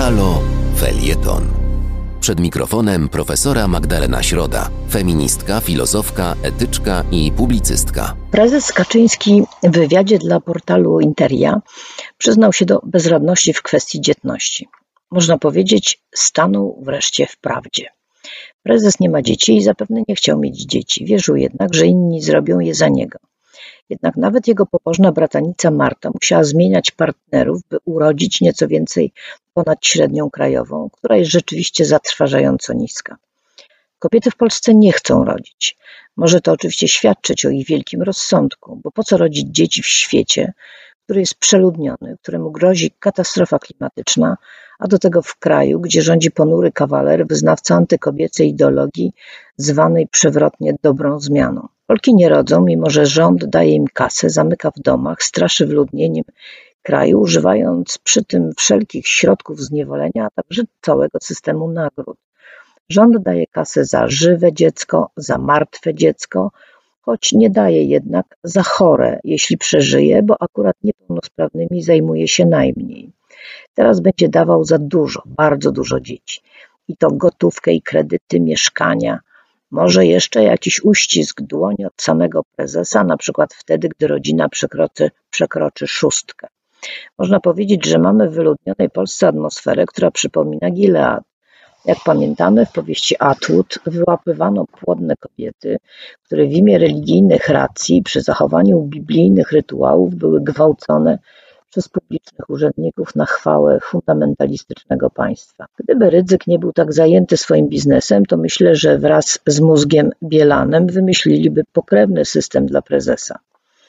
Halo Felieton. Przed mikrofonem profesora Magdalena Środa, feministka, filozofka, etyczka i publicystka. Prezes Kaczyński w wywiadzie dla portalu Interia przyznał się do bezradności w kwestii dzietności. Można powiedzieć, stanął wreszcie w prawdzie. Prezes nie ma dzieci i zapewne nie chciał mieć dzieci. Wierzył jednak, że inni zrobią je za niego. Jednak nawet jego pobożna bratanica Marta musiała zmieniać partnerów, by urodzić nieco więcej ponad średnią krajową, która jest rzeczywiście zatrważająco niska. Kobiety w Polsce nie chcą rodzić. Może to oczywiście świadczyć o ich wielkim rozsądku, bo po co rodzić dzieci w świecie, który jest przeludniony, któremu grozi katastrofa klimatyczna, a do tego w kraju, gdzie rządzi ponury kawaler, wyznawca antykobiecej ideologii zwanej przewrotnie dobrą zmianą. Polki nie rodzą, mimo że rząd daje im kasę, zamyka w domach, straszy wyludnieniem kraju, używając przy tym wszelkich środków zniewolenia, a także całego systemu nagród. Rząd daje kasę za żywe dziecko, za martwe dziecko, choć nie daje jednak za chore, jeśli przeżyje, bo akurat niepełnosprawnymi zajmuje się najmniej. Teraz będzie dawał za dużo, bardzo dużo dzieci. I to gotówkę i kredyty, mieszkania, może jeszcze jakiś uścisk dłoni od samego prezesa, na przykład wtedy, gdy rodzina przekroczy 6. Można powiedzieć, że mamy w wyludnionej Polsce atmosferę, która przypomina Gilead. Jak pamiętamy, w powieści Atwood wyłapywano płodne kobiety, które w imię religijnych racji przy zachowaniu biblijnych rytuałów były gwałcone przez publicznych urzędników na chwałę fundamentalistycznego państwa. Gdyby Rydzyk nie był tak zajęty swoim biznesem, to myślę, że wraz z mózgiem Bielanem wymyśliliby pokrewny system dla prezesa.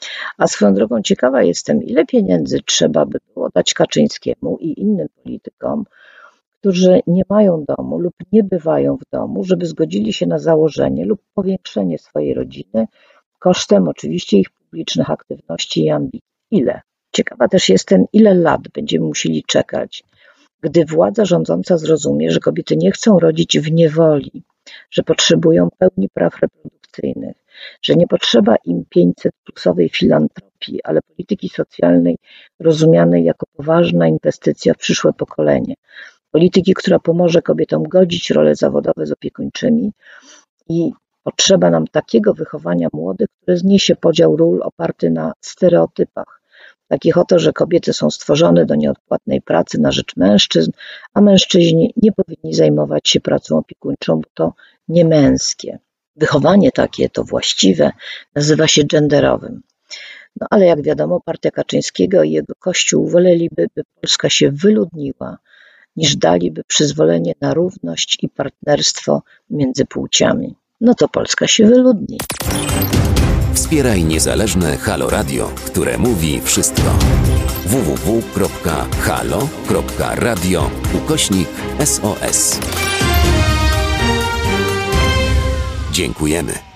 A swoją drogą ciekawa jestem, ile pieniędzy trzeba by było dać Kaczyńskiemu i innym politykom, którzy nie mają domu lub nie bywają w domu, żeby zgodzili się na założenie lub powiększenie swojej rodziny kosztem oczywiście ich publicznych aktywności i ambicji. Ile? Ciekawa też jestem, ile lat będziemy musieli czekać, gdy władza rządząca zrozumie, że kobiety nie chcą rodzić w niewoli, że potrzebują pełni praw reprodukcyjnych, że nie potrzeba im 500-plusowej filantropii, ale polityki socjalnej rozumianej jako poważna inwestycja w przyszłe pokolenie. Polityki, która pomoże kobietom godzić role zawodowe z opiekuńczymi i potrzeba nam takiego wychowania młodych, które zniesie podział ról oparty na stereotypach. Takich oto, że kobiety są stworzone do nieodpłatnej pracy na rzecz mężczyzn, a mężczyźni nie powinni zajmować się pracą opiekuńczą, bo to nie męskie. Wychowanie takie, to właściwe, nazywa się genderowym. No ale jak wiadomo, partia Kaczyńskiego i jego kościół woleliby, by Polska się wyludniła, niż daliby przyzwolenie na równość i partnerstwo między płciami. No to Polska się wyludni. Wspieraj niezależne Halo Radio, które mówi wszystko. www.halo.radio/SOS. Dziękujemy.